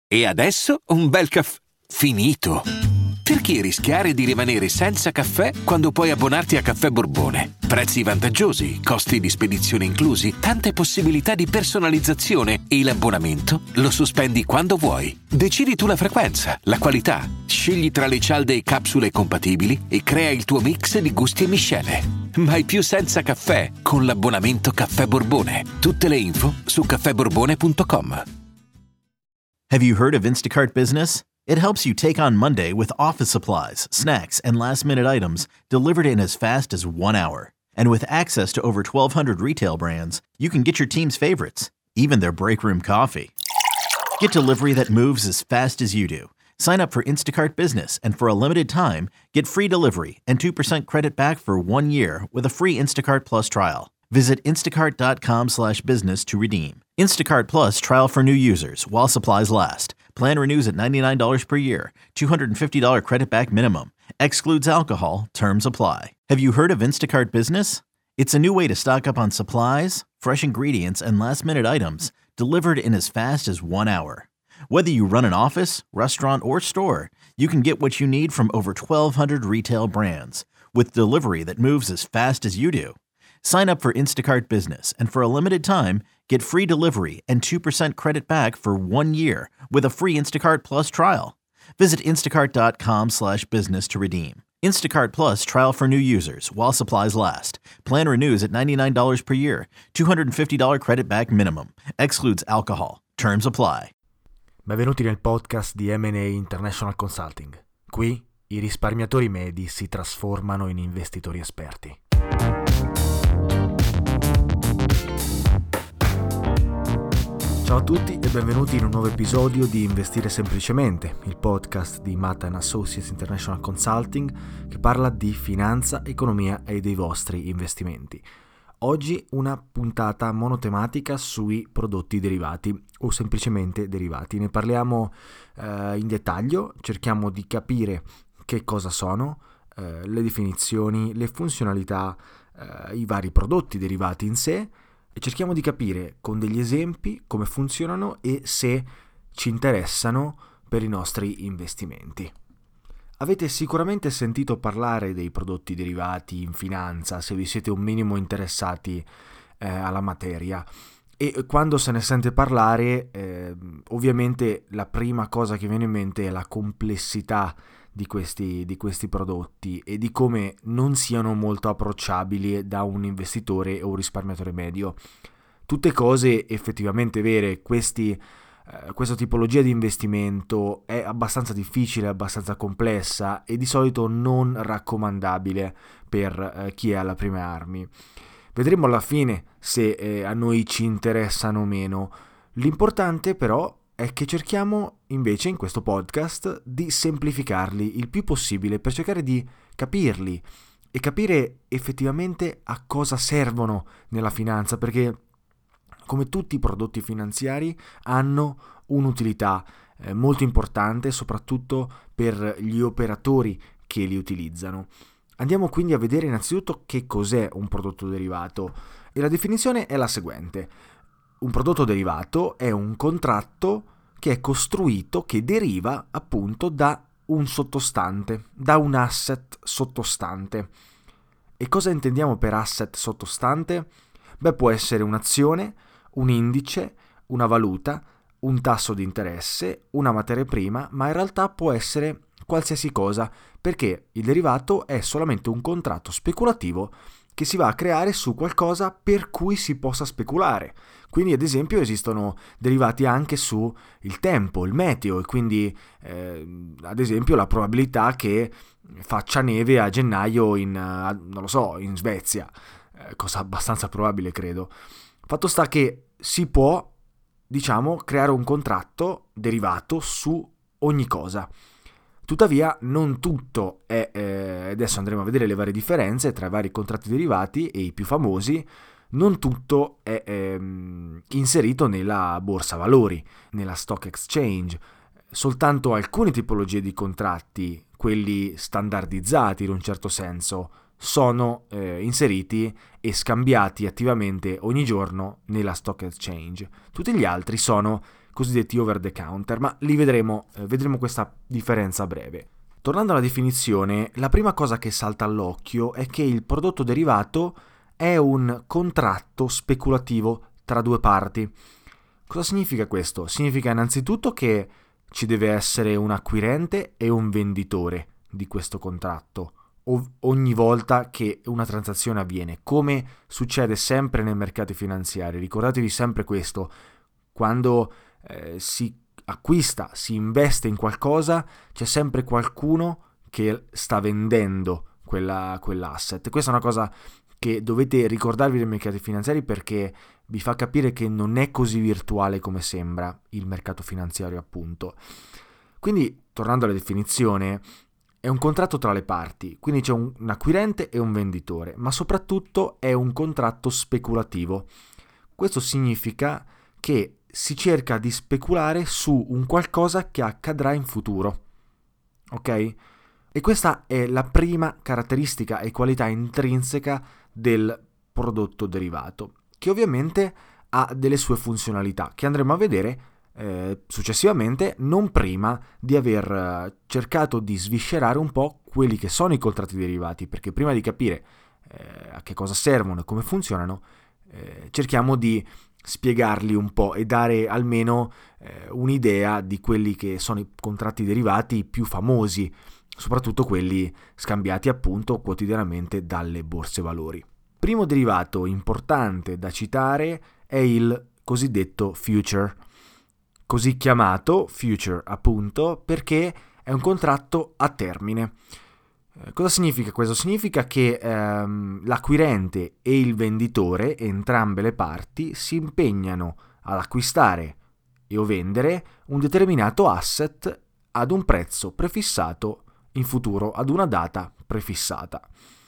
E adesso un bel caffè finito. Perché rischiare di rimanere senza caffè quando puoi abbonarti a Caffè Borbone? Prezzi vantaggiosi, costi di spedizione inclusi, tante possibilità di personalizzazione e l'abbonamento lo sospendi quando vuoi. Decidi tu la frequenza, la qualità, scegli tra le cialde e capsule compatibili e crea il tuo mix di gusti e miscele. Mai più senza caffè con l'abbonamento Caffè Borbone. Tutte le info su caffèborbone.com. Have you heard of Instacart Business? It helps you take on Monday with office supplies, snacks, and last-minute items delivered in as fast as 1 hour. And with access to over 1,200 retail brands, you can get your team's favorites, even their break room coffee. Get delivery that moves as fast as you do. Sign up for Instacart Business, and for a limited time, get free delivery and 2% credit back for 1 year with a free Instacart Plus trial. Visit instacart.com/business to redeem. Instacart Plus trial for new users while supplies last. Plan renews at $99 per year. $250 credit back minimum. Excludes alcohol. Terms apply. Have you heard of Instacart Business? It's a new way to stock up on supplies, fresh ingredients, and last-minute items delivered in as fast as 1 hour. Whether you run an office, restaurant, or store, you can get what you need from over 1,200 retail brands with delivery that moves as fast as you do. Sign up for Instacart Business, and for a limited time, get free delivery and 2% credit back for 1 year with a free Instacart Plus trial. Visit instacart.com/business to redeem. Instacart Plus trial for new users while supplies last. Plan renews at $99 per year. $250 credit back minimum. Excludes alcohol. Terms apply. Benvenuti nel podcast di M&A International Consulting. Qui i risparmiatori medi si trasformano in investitori esperti. Ciao a tutti e benvenuti in un nuovo episodio di Investire Semplicemente, il podcast di Matta & Associates International Consulting che parla di finanza, economia e dei vostri investimenti. Oggi una puntata monotematica sui prodotti derivati o semplicemente derivati. Ne parliamo in dettaglio, cerchiamo di capire che cosa sono, le definizioni, le funzionalità, i vari prodotti derivati in sé, e cerchiamo di capire con degli esempi come funzionano e se ci interessano per i nostri investimenti. Avete sicuramente sentito parlare dei prodotti derivati in finanza se vi siete un minimo interessati alla materia, e quando se ne sente parlare ovviamente la prima cosa che viene in mente è la complessità di questi prodotti e di come non siano molto approcciabili da un investitore o un risparmiatore medio. Tutte cose effettivamente vere. Questa tipologia di investimento è abbastanza difficile, abbastanza complessa e di solito non raccomandabile per chi è alle prime armi. Vedremo alla fine se a noi ci interessano o meno. L'importante però è che cerchiamo invece in questo podcast di semplificarli il più possibile per cercare di capirli e capire effettivamente a cosa servono nella finanza, perché come tutti i prodotti finanziari hanno un'utilità molto importante, soprattutto per gli operatori che li utilizzano. Andiamo quindi a vedere innanzitutto che cos'è un prodotto derivato, e la definizione è la seguente. Un prodotto derivato è un contratto che è costruito, che deriva appunto da un sottostante, da un asset sottostante. E cosa intendiamo per asset sottostante? Beh, può essere un'azione, un indice, una valuta, un tasso di interesse, una materia prima, ma in realtà può essere qualsiasi cosa, perché il derivato è solamente un contratto speculativo che si va a creare su qualcosa per cui si possa speculare. Quindi ad esempio esistono derivati anche su il tempo, il meteo, e quindi ad esempio la probabilità che faccia neve a gennaio in Svezia, cosa abbastanza probabile credo. Fatto sta che si può, creare un contratto derivato su ogni cosa. Tuttavia non tutto è, adesso andremo a vedere le varie differenze tra i vari contratti derivati e i più famosi, non tutto è inserito nella borsa valori, nella stock exchange. Soltanto alcune tipologie di contratti, quelli standardizzati in un certo senso, sono inseriti e scambiati attivamente ogni giorno nella stock exchange. Tutti gli altri sono cosiddetti over the counter, ma vedremo questa differenza a breve. Tornando alla definizione, la prima cosa che salta all'occhio è che il prodotto derivato è un contratto speculativo tra due parti. Cosa significa questo? Significa innanzitutto che ci deve essere un acquirente e un venditore di questo contratto ogni volta che una transazione avviene, come succede sempre nei mercati finanziari. Ricordatevi sempre questo: quando si acquista, si investe in qualcosa, c'è sempre qualcuno che sta vendendo quell'asset. Questa è una cosa che dovete ricordarvi dei mercati finanziari, perché vi fa capire che non è così virtuale come sembra il mercato finanziario, appunto. Quindi, tornando alla definizione, è un contratto tra le parti, quindi c'è un acquirente e un venditore, ma soprattutto è un contratto speculativo. Questo significa che si cerca di speculare su un qualcosa che accadrà in futuro, ok? E questa è la prima caratteristica e qualità intrinseca del prodotto derivato, che ovviamente ha delle sue funzionalità che andremo a vedere successivamente, non prima di aver cercato di sviscerare un po' quelli che sono i contratti derivati, perché prima di capire a che cosa servono e come funzionano, cerchiamo di spiegarli un po' e dare almeno un'idea di quelli che sono i contratti derivati più famosi, soprattutto quelli scambiati appunto quotidianamente dalle borse valori. Primo derivato importante da citare è il cosiddetto future, così chiamato future appunto perché è un contratto a termine. Cosa significa questo? Significa che l'acquirente e il venditore, entrambe le parti, si impegnano ad acquistare e o vendere un determinato asset ad un prezzo prefissato in futuro, ad una data prefissata.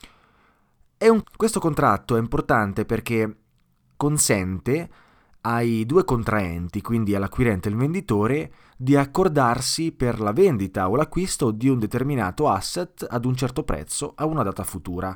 Questo contratto è importante perché consente ai due contraenti, quindi all'acquirente e al venditore, di accordarsi per la vendita o l'acquisto di un determinato asset ad un certo prezzo a una data futura.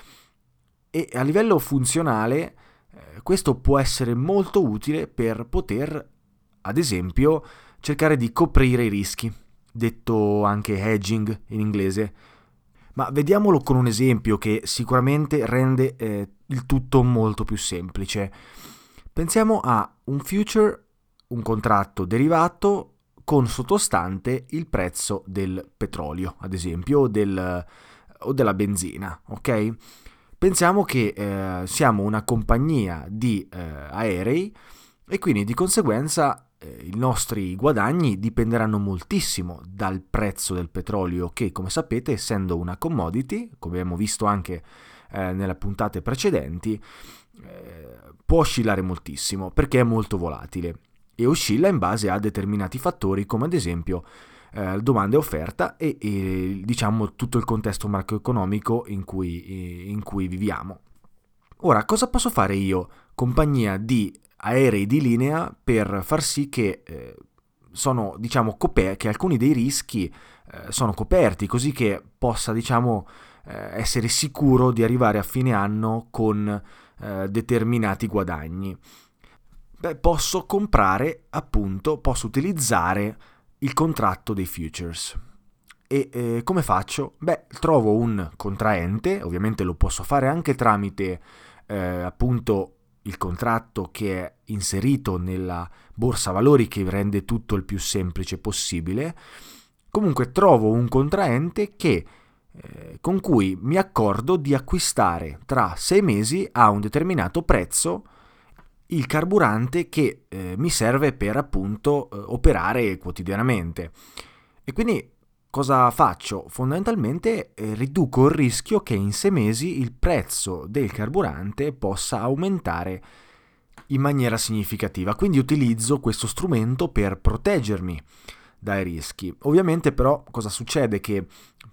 E a livello funzionale questo può essere molto utile per poter, ad esempio, cercare di coprire i rischi, detto anche hedging in inglese. Ma vediamolo con un esempio che sicuramente rende il tutto molto più semplice. Pensiamo a un future, un contratto derivato con sottostante il prezzo del petrolio, ad esempio, o della benzina, ok? Pensiamo che siamo una compagnia di aerei e quindi di conseguenza i nostri guadagni dipenderanno moltissimo dal prezzo del petrolio che, come sapete, essendo una commodity, come abbiamo visto anche nelle puntate precedenti, può oscillare moltissimo perché è molto volatile e oscilla in base a determinati fattori come ad esempio domanda e offerta e diciamo tutto il contesto macroeconomico in cui viviamo. Ora, cosa posso fare io, compagnia di aerei di linea, per far sì che sono diciamo che alcuni dei rischi sono coperti, così che possa diciamo essere sicuro di arrivare a fine anno con determinati guadagni? Posso comprare, appunto, posso utilizzare il contratto dei futures. E come faccio? Trovo un contraente, ovviamente lo posso fare anche tramite appunto il contratto che è inserito nella borsa valori, che rende tutto il più semplice possibile. Comunque trovo un contraente con cui mi accordo di acquistare tra 6 mesi a un determinato prezzo il carburante che mi serve per appunto operare quotidianamente. E quindi cosa faccio? Fondamentalmente riduco il rischio che in 6 mesi il prezzo del carburante possa aumentare in maniera significativa. Quindi utilizzo questo strumento per proteggermi dai rischi. Ovviamente però cosa succede? Che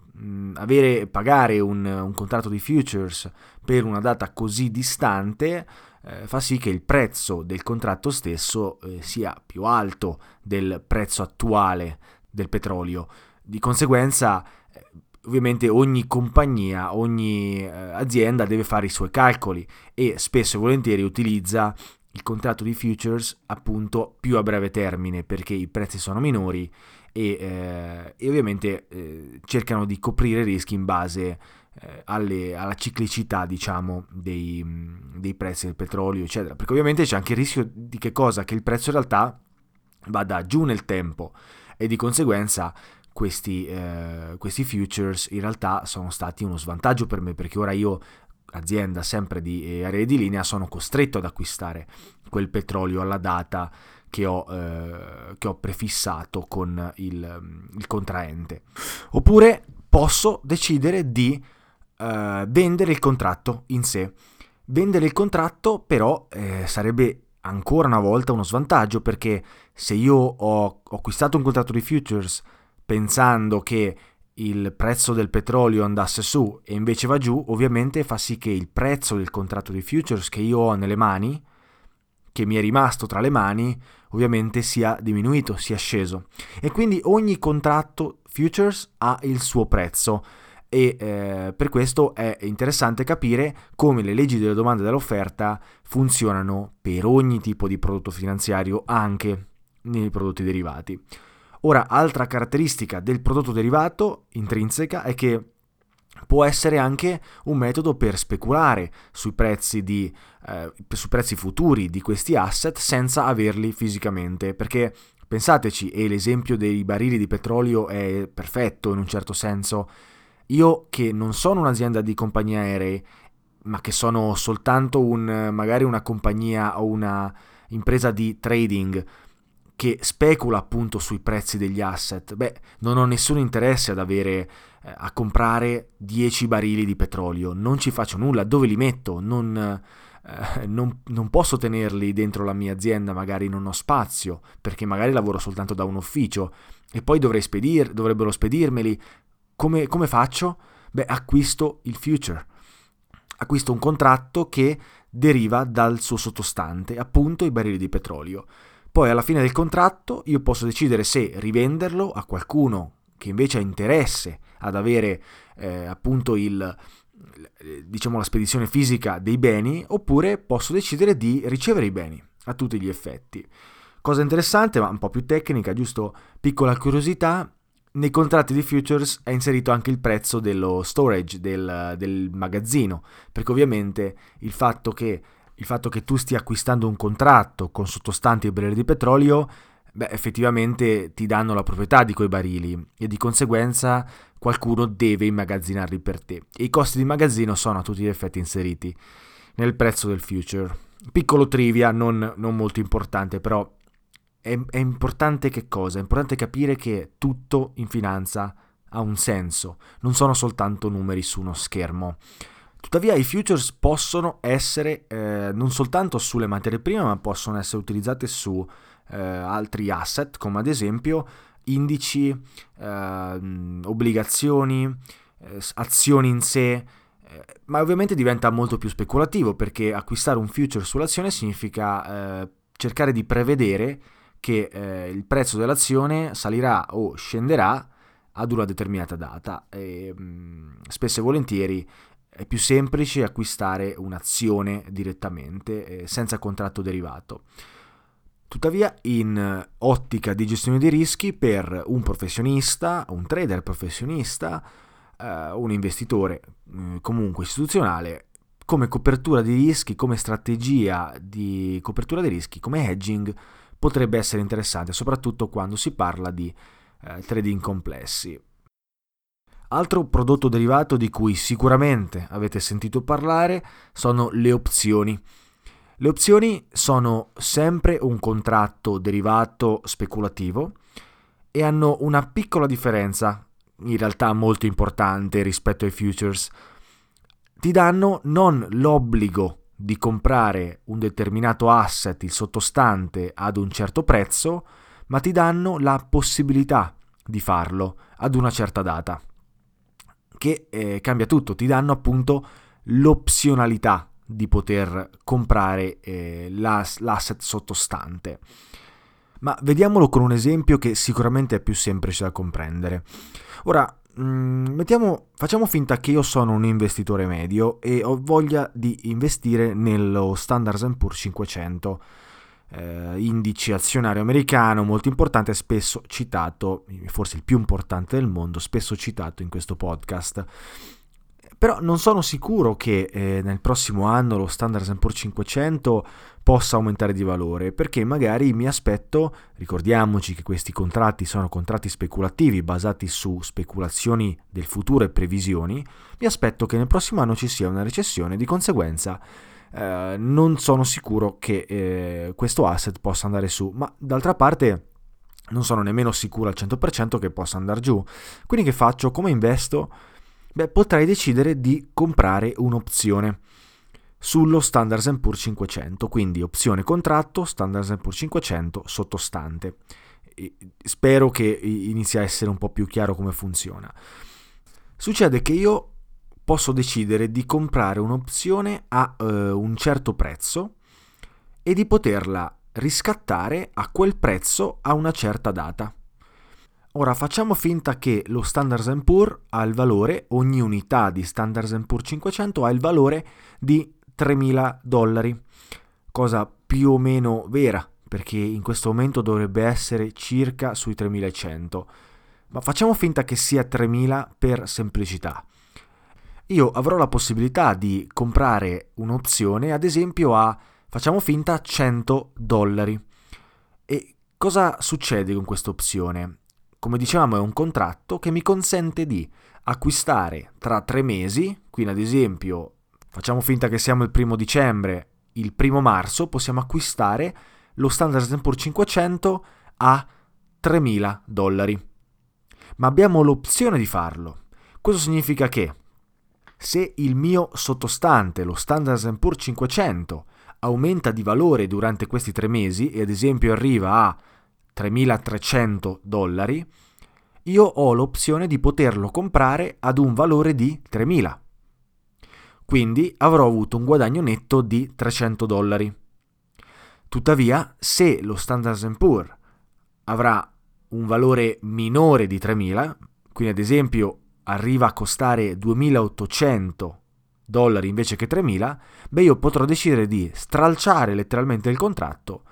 pagare un contratto di futures per una data così distante fa sì che il prezzo del contratto stesso sia più alto del prezzo attuale del petrolio. Di conseguenza ovviamente ogni compagnia, ogni azienda deve fare i suoi calcoli e spesso e volentieri utilizza il contratto di futures appunto più a breve termine, perché i prezzi sono minori e ovviamente cercano di coprire rischi in base alla ciclicità, diciamo, dei prezzi del petrolio, eccetera, perché ovviamente c'è anche il rischio di che cosa? Che il prezzo in realtà vada giù nel tempo e di conseguenza questi futures in realtà sono stati uno svantaggio per me, perché ora io, azienda sempre di aerei di linea, sono costretto ad acquistare quel petrolio alla data che ho prefissato con il contraente. Oppure posso decidere di vendere il contratto in sé. Vendere il contratto però sarebbe ancora una volta uno svantaggio, perché se io ho acquistato un contratto di futures pensando che il prezzo del petrolio andasse su e invece va giù, ovviamente fa sì che il prezzo del contratto di futures che io ho nelle mani, che mi è rimasto tra le mani, ovviamente sia diminuito, sia sceso. E quindi ogni contratto futures ha il suo prezzo e per questo è interessante capire come le leggi della domanda e dell'offerta funzionano per ogni tipo di prodotto finanziario, anche nei prodotti derivati. Ora, altra caratteristica del prodotto derivato intrinseca è che può essere anche un metodo per speculare sui prezzi futuri di questi asset senza averli fisicamente, perché pensateci, e l'esempio dei barili di petrolio è perfetto in un certo senso. Io che non sono un'azienda di compagnie aeree, ma che sono soltanto magari una compagnia o una impresa di trading che specula appunto sui prezzi degli asset, non ho nessun interesse ad avere a comprare 10 barili di petrolio, non ci faccio nulla, dove li metto? Non posso tenerli dentro la mia azienda, magari non ho spazio, perché magari lavoro soltanto da un ufficio e poi dovrebbero spedirmeli. Come faccio? Acquisto il future, acquisto un contratto che deriva dal suo sottostante, appunto i barili di petrolio. Poi alla fine del contratto io posso decidere se rivenderlo a qualcuno che invece ha interesse ad avere appunto la spedizione fisica dei beni, oppure posso decidere di ricevere i beni a tutti gli effetti. Cosa interessante, ma un po' più tecnica, giusto piccola curiosità, nei contratti di futures è inserito anche il prezzo dello storage, del magazzino, perché ovviamente il fatto che tu stia acquistando un contratto con sottostanti e barili di petrolio, effettivamente ti danno la proprietà di quei barili e di conseguenza qualcuno deve immagazzinarli per te. E i costi di magazzino sono a tutti gli effetti inseriti nel prezzo del future. Piccolo trivia, non molto importante, però è importante che cosa? È importante capire che tutto in finanza ha un senso, non sono soltanto numeri su uno schermo. Tuttavia i futures possono essere non soltanto sulle materie prime, ma possono essere utilizzate su altri asset, come ad esempio indici, obbligazioni, azioni in sé, ma ovviamente diventa molto più speculativo, perché acquistare un future sull'azione significa cercare di prevedere che il prezzo dell'azione salirà o scenderà ad una determinata data e spesso e volentieri è più semplice acquistare un'azione direttamente senza contratto derivato. Tuttavia, in ottica di gestione dei rischi, per un professionista, un trader professionista, un investitore comunque istituzionale, come copertura di rischi, come strategia di copertura dei rischi, come hedging, potrebbe essere interessante, soprattutto quando si parla di trading complessi. Altro prodotto derivato di cui sicuramente avete sentito parlare sono le opzioni. Le opzioni sono sempre un contratto derivato speculativo e hanno una piccola differenza, in realtà molto importante rispetto ai futures. Ti danno non l'obbligo di comprare un determinato asset, il sottostante, ad un certo prezzo, ma ti danno la possibilità di farlo ad una certa data, che cambia tutto. Ti danno appunto l'opzionalità di poter comprare l'asset sottostante. Ma vediamolo con un esempio che sicuramente è più semplice da comprendere. Ora, facciamo finta che io sono un investitore medio e ho voglia di investire nello Standard & Poor's 500, indice azionario americano molto importante, spesso citato, forse il più importante del mondo, spesso citato in questo podcast. Però non sono sicuro che nel prossimo anno lo Standard & Poor's 500 possa aumentare di valore, perché magari mi aspetto, ricordiamoci che questi contratti sono contratti speculativi basati su speculazioni del futuro e previsioni, mi aspetto che nel prossimo anno ci sia una recessione, di conseguenza non sono sicuro che questo asset possa andare su, ma d'altra parte non sono nemmeno sicuro al 100% che possa andare giù. Quindi che faccio? Come investo? Potrei decidere di comprare un'opzione sullo Standard & Poor's 500, quindi opzione contratto, Standard & Poor's 500 sottostante. Spero che inizi a essere un po' più chiaro come funziona. Succede che io posso decidere di comprare un'opzione a un certo prezzo e di poterla riscattare a quel prezzo a una certa data. Ora facciamo finta che lo Standard & Poor's ha il valore, ogni unità di Standard & Poor's 500 ha il valore di $3.000, cosa più o meno vera, perché in questo momento dovrebbe essere circa sui 3.100, ma facciamo finta che sia 3.000 per semplicità. Io avrò la possibilità di comprare un'opzione, ad esempio facciamo finta $100. E cosa succede con questa opzione? Come dicevamo, è un contratto che mi consente di acquistare tra 3 mesi, quindi ad esempio facciamo finta che siamo il 1 dicembre, il 1 marzo possiamo acquistare lo Standard & Poor's 500 a $3.000, ma abbiamo l'opzione di farlo. Questo significa che se il mio sottostante, lo Standard & Poor's 500, aumenta di valore durante questi 3 mesi e ad esempio arriva a $3.300, io ho l'opzione di poterlo comprare ad un valore di 3.000. Quindi avrò avuto un guadagno netto di $300. Tuttavia, se lo Standard & Poor's avrà un valore minore di 3.000, quindi ad esempio arriva a costare $2.800 invece che 3.000, io potrò decidere di stralciare letteralmente il contratto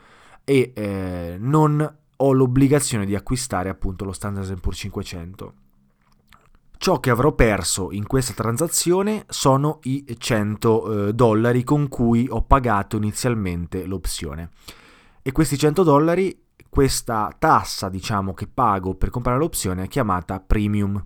e non ho l'obbligazione di acquistare appunto lo Standard & Poor's 500. Ciò che avrò perso in questa transazione sono i $100 con cui ho pagato inizialmente l'opzione. E questi $100, questa tassa diciamo che pago per comprare l'opzione è chiamata premium.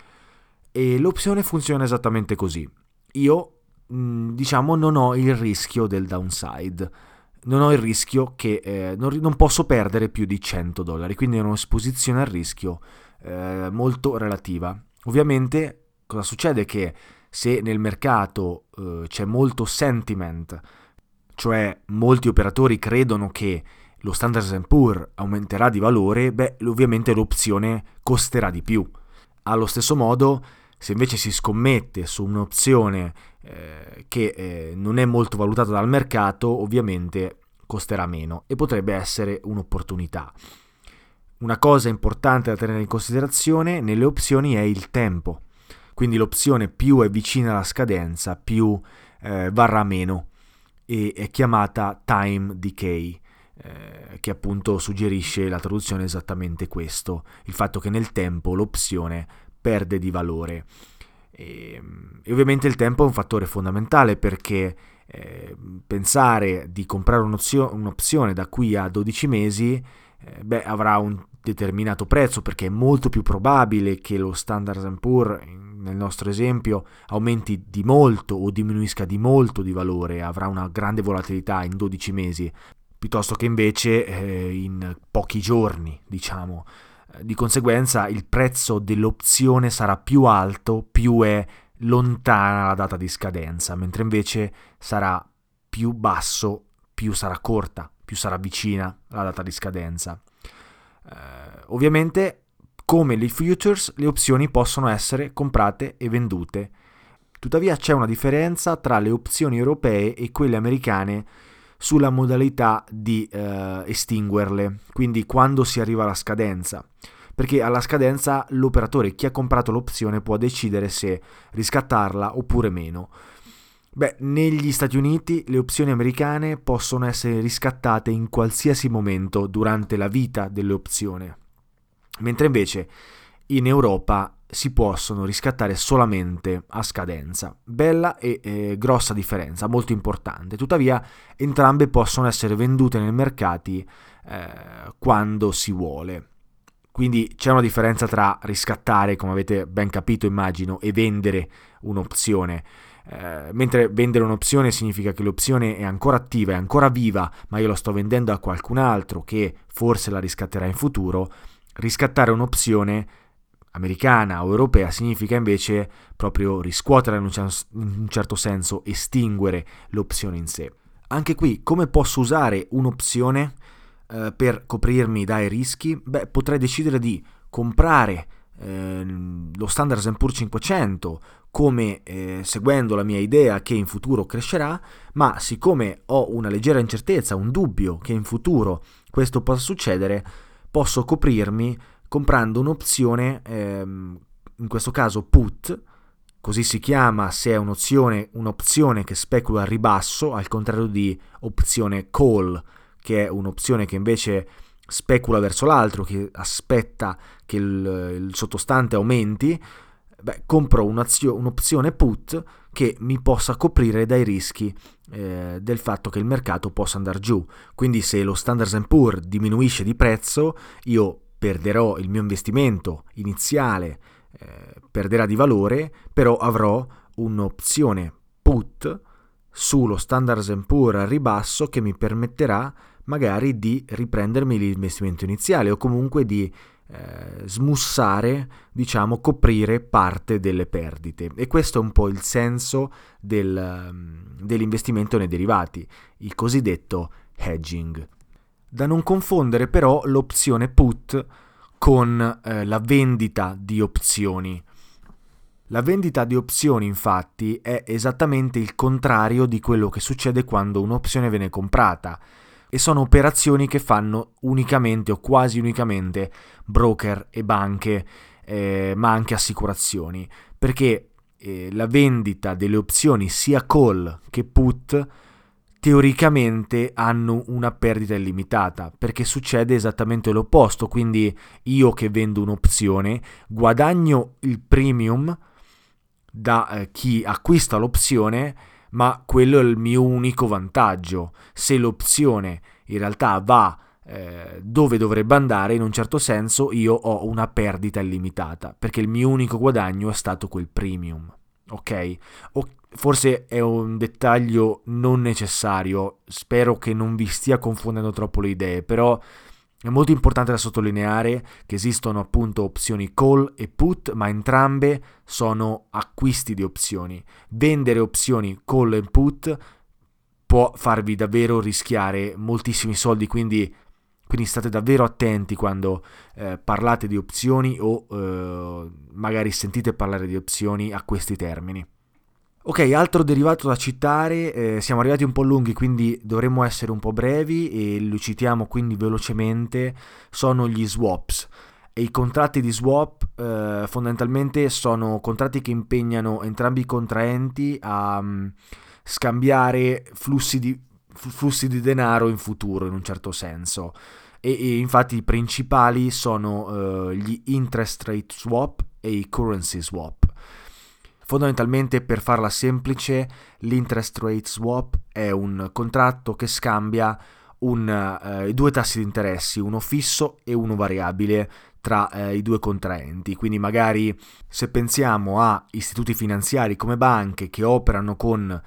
E l'opzione funziona esattamente così. Io diciamo non ho il rischio del downside. Non ho il rischio che non posso perdere più di $100, quindi è un'esposizione al rischio molto relativa. Ovviamente cosa succede? Che se nel mercato c'è molto sentiment, cioè molti operatori credono che lo Standard & Poor's aumenterà di valore, ovviamente l'opzione costerà di più. Allo stesso modo, se invece si scommette su un'opzione che non è molto valutata dal mercato, ovviamente costerà meno e potrebbe essere un'opportunità. Una cosa importante da tenere in considerazione nelle opzioni è il tempo, quindi l'opzione più è vicina alla scadenza più varrà meno, e è chiamata time decay, che appunto suggerisce la traduzione esattamente questo, il fatto che nel tempo l'opzione perde di valore. E ovviamente il tempo è un fattore fondamentale, perché pensare di comprare un'opzione da qui a 12 mesi avrà un determinato prezzo, perché è molto più probabile che lo Standard & Poor's, nel nostro esempio, aumenti di molto o diminuisca di molto di valore, avrà una grande volatilità in 12 mesi, piuttosto che invece in pochi giorni, diciamo. Di conseguenza il prezzo dell'opzione sarà più alto più è lontana la data di scadenza, mentre invece sarà più basso più sarà corta, più sarà vicina alla data di scadenza. Ovviamente, come le futures, le opzioni possono essere comprate e vendute. Tuttavia c'è una differenza tra le opzioni europee e quelle americane sulla modalità di estinguerle, quindi quando si arriva alla scadenza. perché alla scadenza l'operatore, chi ha comprato l'opzione, può decidere se riscattarla oppure meno. Negli Stati Uniti le opzioni americane possono essere riscattate in qualsiasi momento durante la vita dell'opzione, mentre invece in Europa si possono riscattare solamente a scadenza. Bella e grossa differenza, molto importante. Tuttavia entrambe possono essere vendute nei mercati quando si vuole. Quindi c'è una differenza tra riscattare, come avete ben capito immagino, e vendere un'opzione. Mentre vendere un'opzione significa che l'opzione è ancora attiva, è ancora viva, ma io la sto vendendo a qualcun altro che forse la riscatterà in futuro. Riscattare un'opzione americana o europea significa invece proprio riscuotere in un certo senso, estinguere l'opzione in sé. Anche qui, come posso usare un'opzione per coprirmi dai rischi? Potrei decidere di comprare lo Standard & Poor's 500 come seguendo la mia idea che in futuro crescerà, ma siccome ho una leggera incertezza, un dubbio che in futuro questo possa succedere, posso coprirmi comprando un'opzione, in questo caso put, così si chiama se è un'opzione che specula al ribasso, al contrario di opzione call, che è un'opzione che invece specula verso l'altro, che aspetta che il sottostante aumenti. Compro un'opzione put che mi possa coprire dai rischi del fatto che il mercato possa andare giù. Quindi se lo Standard & Poor's diminuisce di prezzo, io perderò il mio investimento iniziale, perderà di valore, però avrò un'opzione put sullo Standard & Poor's al ribasso che mi permetterà magari di riprendermi l'investimento iniziale o comunque di smussare, coprire parte delle perdite. E questo è un po' il senso dell'investimento nei derivati, il cosiddetto hedging. Da non confondere però l'opzione put con la vendita di opzioni. La vendita di opzioni, infatti, è esattamente il contrario di quello che succede quando un'opzione viene comprata, e sono operazioni che fanno unicamente o quasi unicamente broker e banche, ma anche assicurazioni, perché la vendita delle opzioni sia call che put teoricamente hanno una perdita illimitata, perché succede esattamente l'opposto. Quindi io che vendo un'opzione guadagno il premium da chi acquista l'opzione, ma quello è il mio unico vantaggio. Se l'opzione in realtà va dove dovrebbe andare, in un certo senso io ho una perdita illimitata, perché il mio unico guadagno è stato quel premium. Ok? Forse è un dettaglio non necessario, spero che non vi stia confondendo troppo le idee, però è molto importante da sottolineare che esistono appunto opzioni call e put, ma entrambe sono acquisti di opzioni. Vendere opzioni call e put può farvi davvero rischiare moltissimi soldi, quindi state davvero attenti quando parlate di opzioni o magari sentite parlare di opzioni a questi termini. Ok, altro derivato da citare, siamo arrivati un po' lunghi, quindi dovremmo essere un po' brevi e lo citiamo quindi velocemente, sono gli swaps. E i contratti di swap fondamentalmente sono contratti che impegnano entrambi i contraenti a scambiare flussi di denaro in futuro, in un certo senso. E infatti i principali sono gli interest rate swap e i currency swap. Fondamentalmente, per farla semplice, l'interest rate swap è un contratto che scambia i due tassi di interessi, uno fisso e uno variabile, tra i due contraenti. Quindi magari se pensiamo a istituti finanziari come banche che operano con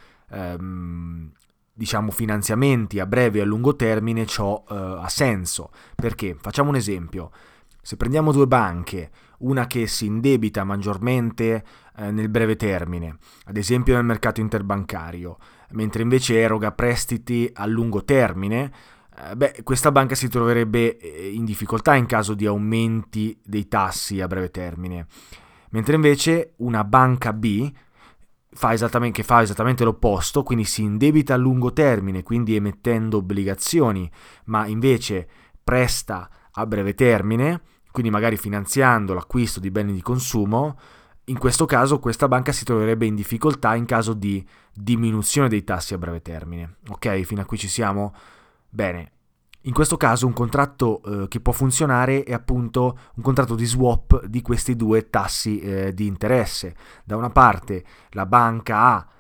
finanziamenti a breve e a lungo termine, ciò ha senso. Perché? Facciamo un esempio. Se prendiamo due banche, una che si indebita maggiormente nel breve termine, ad esempio nel mercato interbancario, mentre invece eroga prestiti a lungo termine, questa banca si troverebbe in difficoltà in caso di aumenti dei tassi a breve termine. Mentre invece una banca B fa esattamente l'opposto, quindi si indebita a lungo termine, quindi emettendo obbligazioni, ma invece presta a breve termine, quindi magari finanziando l'acquisto di beni di consumo, in questo caso questa banca si troverebbe in difficoltà in caso di diminuzione dei tassi a breve termine. Ok, fino a qui ci siamo? Bene. In questo caso un contratto che può funzionare è appunto un contratto di swap di questi due tassi di interesse. Da una parte la banca A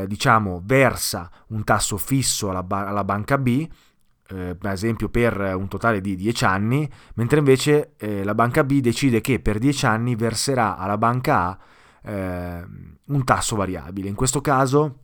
versa un tasso fisso alla banca B, per esempio per un totale di 10 anni, mentre invece la banca B decide che per 10 anni verserà alla banca A un tasso variabile. In questo caso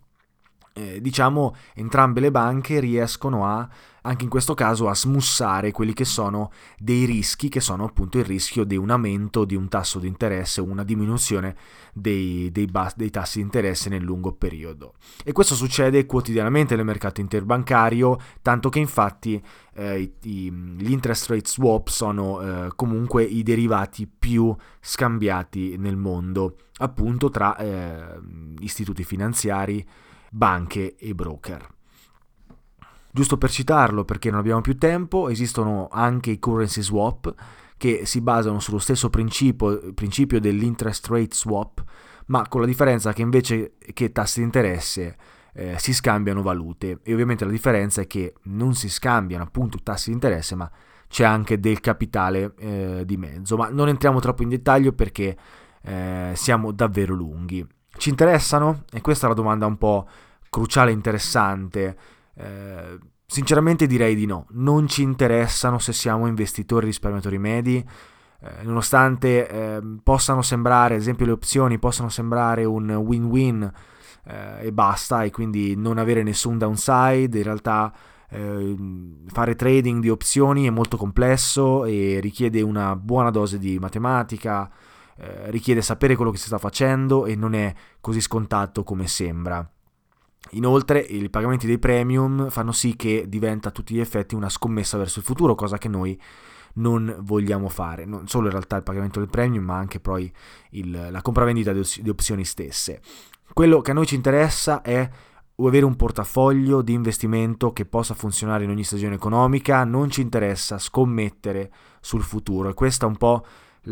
entrambe le banche riescono anche in questo caso a smussare quelli che sono dei rischi, che sono appunto il rischio di un aumento di un tasso di interesse o una diminuzione dei tassi di interesse nel lungo periodo. E questo succede quotidianamente nel mercato interbancario, tanto che infatti gli interest rate swap sono comunque i derivati più scambiati nel mondo, appunto tra istituti finanziari, banche e broker. Giusto per citarlo, perché non abbiamo più tempo, esistono anche i currency swap che si basano sullo stesso principio dell'interest rate swap, ma con la differenza che invece che tassi di interesse si scambiano valute, e ovviamente la differenza è che non si scambiano appunto tassi di interesse, ma c'è anche del capitale di mezzo. Ma non entriamo troppo in dettaglio perché siamo davvero lunghi. Ci interessano? E questa è la domanda un po' cruciale e interessante. Sinceramente direi di no, non ci interessano se siamo investitori risparmiatori medi, nonostante possano sembrare, ad esempio le opzioni possano sembrare un win-win e basta, e quindi non avere nessun downside. In realtà fare trading di opzioni è molto complesso e richiede una buona dose di matematica, richiede sapere quello che si sta facendo e non è così scontato come sembra. Inoltre i pagamenti dei premium fanno sì che diventa a tutti gli effetti una scommessa verso il futuro, cosa che noi non vogliamo fare. Non solo in realtà il pagamento del premium, ma anche poi la compravendita di opzioni stesse. Quello che a noi ci interessa è avere un portafoglio di investimento che possa funzionare in ogni stagione economica, non ci interessa scommettere sul futuro, e questa è un po'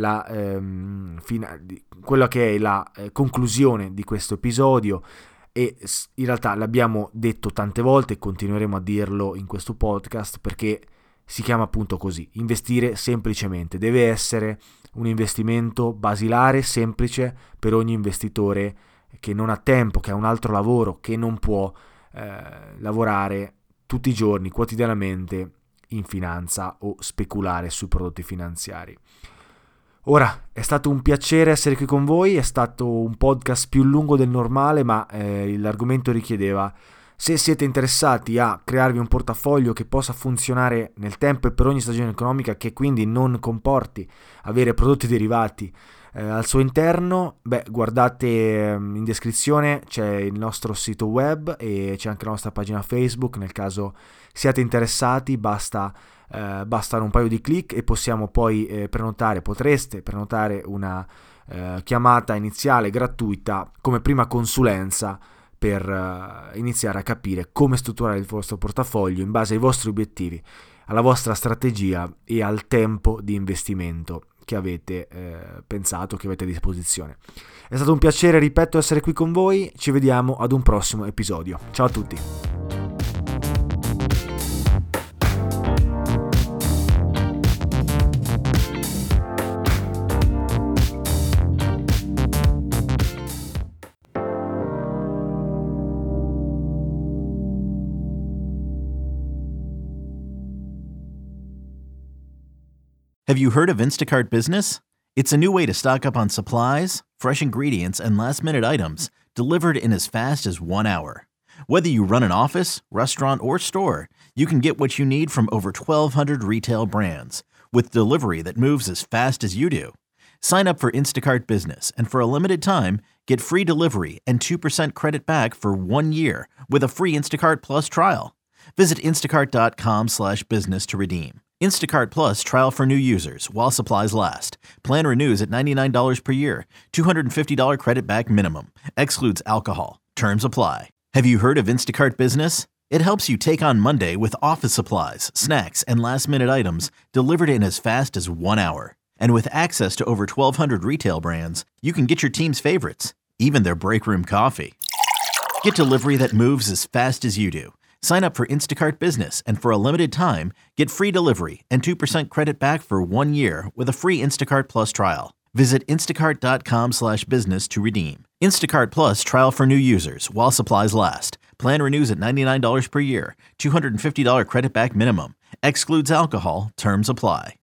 quella che è la conclusione di questo episodio. E in realtà l'abbiamo detto tante volte e continueremo a dirlo in questo podcast, perché si chiama appunto così: investire semplicemente. Deve essere un investimento basilare, semplice per ogni investitore che non ha tempo, che ha un altro lavoro, che non può lavorare tutti i giorni, quotidianamente in finanza o speculare sui prodotti finanziari. Ora, è stato un piacere essere qui con voi, è stato un podcast più lungo del normale, ma l'argomento richiedeva. Se siete interessati a crearvi un portafoglio che possa funzionare nel tempo e per ogni stagione economica, che quindi non comporti avere prodotti derivati al suo interno, guardate in descrizione, c'è il nostro sito web e c'è anche la nostra pagina Facebook. Nel caso siate interessati bastano un paio di click e possiamo poi potreste prenotare una chiamata iniziale gratuita come prima consulenza per iniziare a capire come strutturare il vostro portafoglio in base ai vostri obiettivi, alla vostra strategia e al tempo di investimento che avete pensato, che avete a disposizione. È stato un piacere, ripeto, essere qui con voi. Ci vediamo ad un prossimo episodio. Ciao a tutti. Have you heard of Instacart Business? It's a new way to stock up on supplies, fresh ingredients, and last-minute items delivered in as fast as 1 hour. Whether you run an office, restaurant, or store, you can get what you need from over 1,200 retail brands with delivery that moves as fast as you do. Sign up for Instacart Business, and for a limited time, get free delivery and 2% credit back for 1 year with a free Instacart Plus trial. Visit instacart.com/business to redeem. Instacart Plus trial for new users while supplies last. Plan renews at $99 per year. $250 credit back minimum. Excludes alcohol. Terms apply. Have you heard of Instacart Business? It helps you take on Monday with office supplies, snacks, and last-minute items delivered in as fast as 1 hour. And with access to over 1,200 retail brands, you can get your team's favorites, even their break room coffee. Get delivery that moves as fast as you do. Sign up for Instacart Business, and for a limited time, get free delivery and 2% credit back for 1 year with a free Instacart Plus trial. Visit instacart.com/business to redeem. Instacart Plus trial for new users while supplies last. Plan renews at $99 per year. $250 credit back minimum. Excludes alcohol. Terms apply.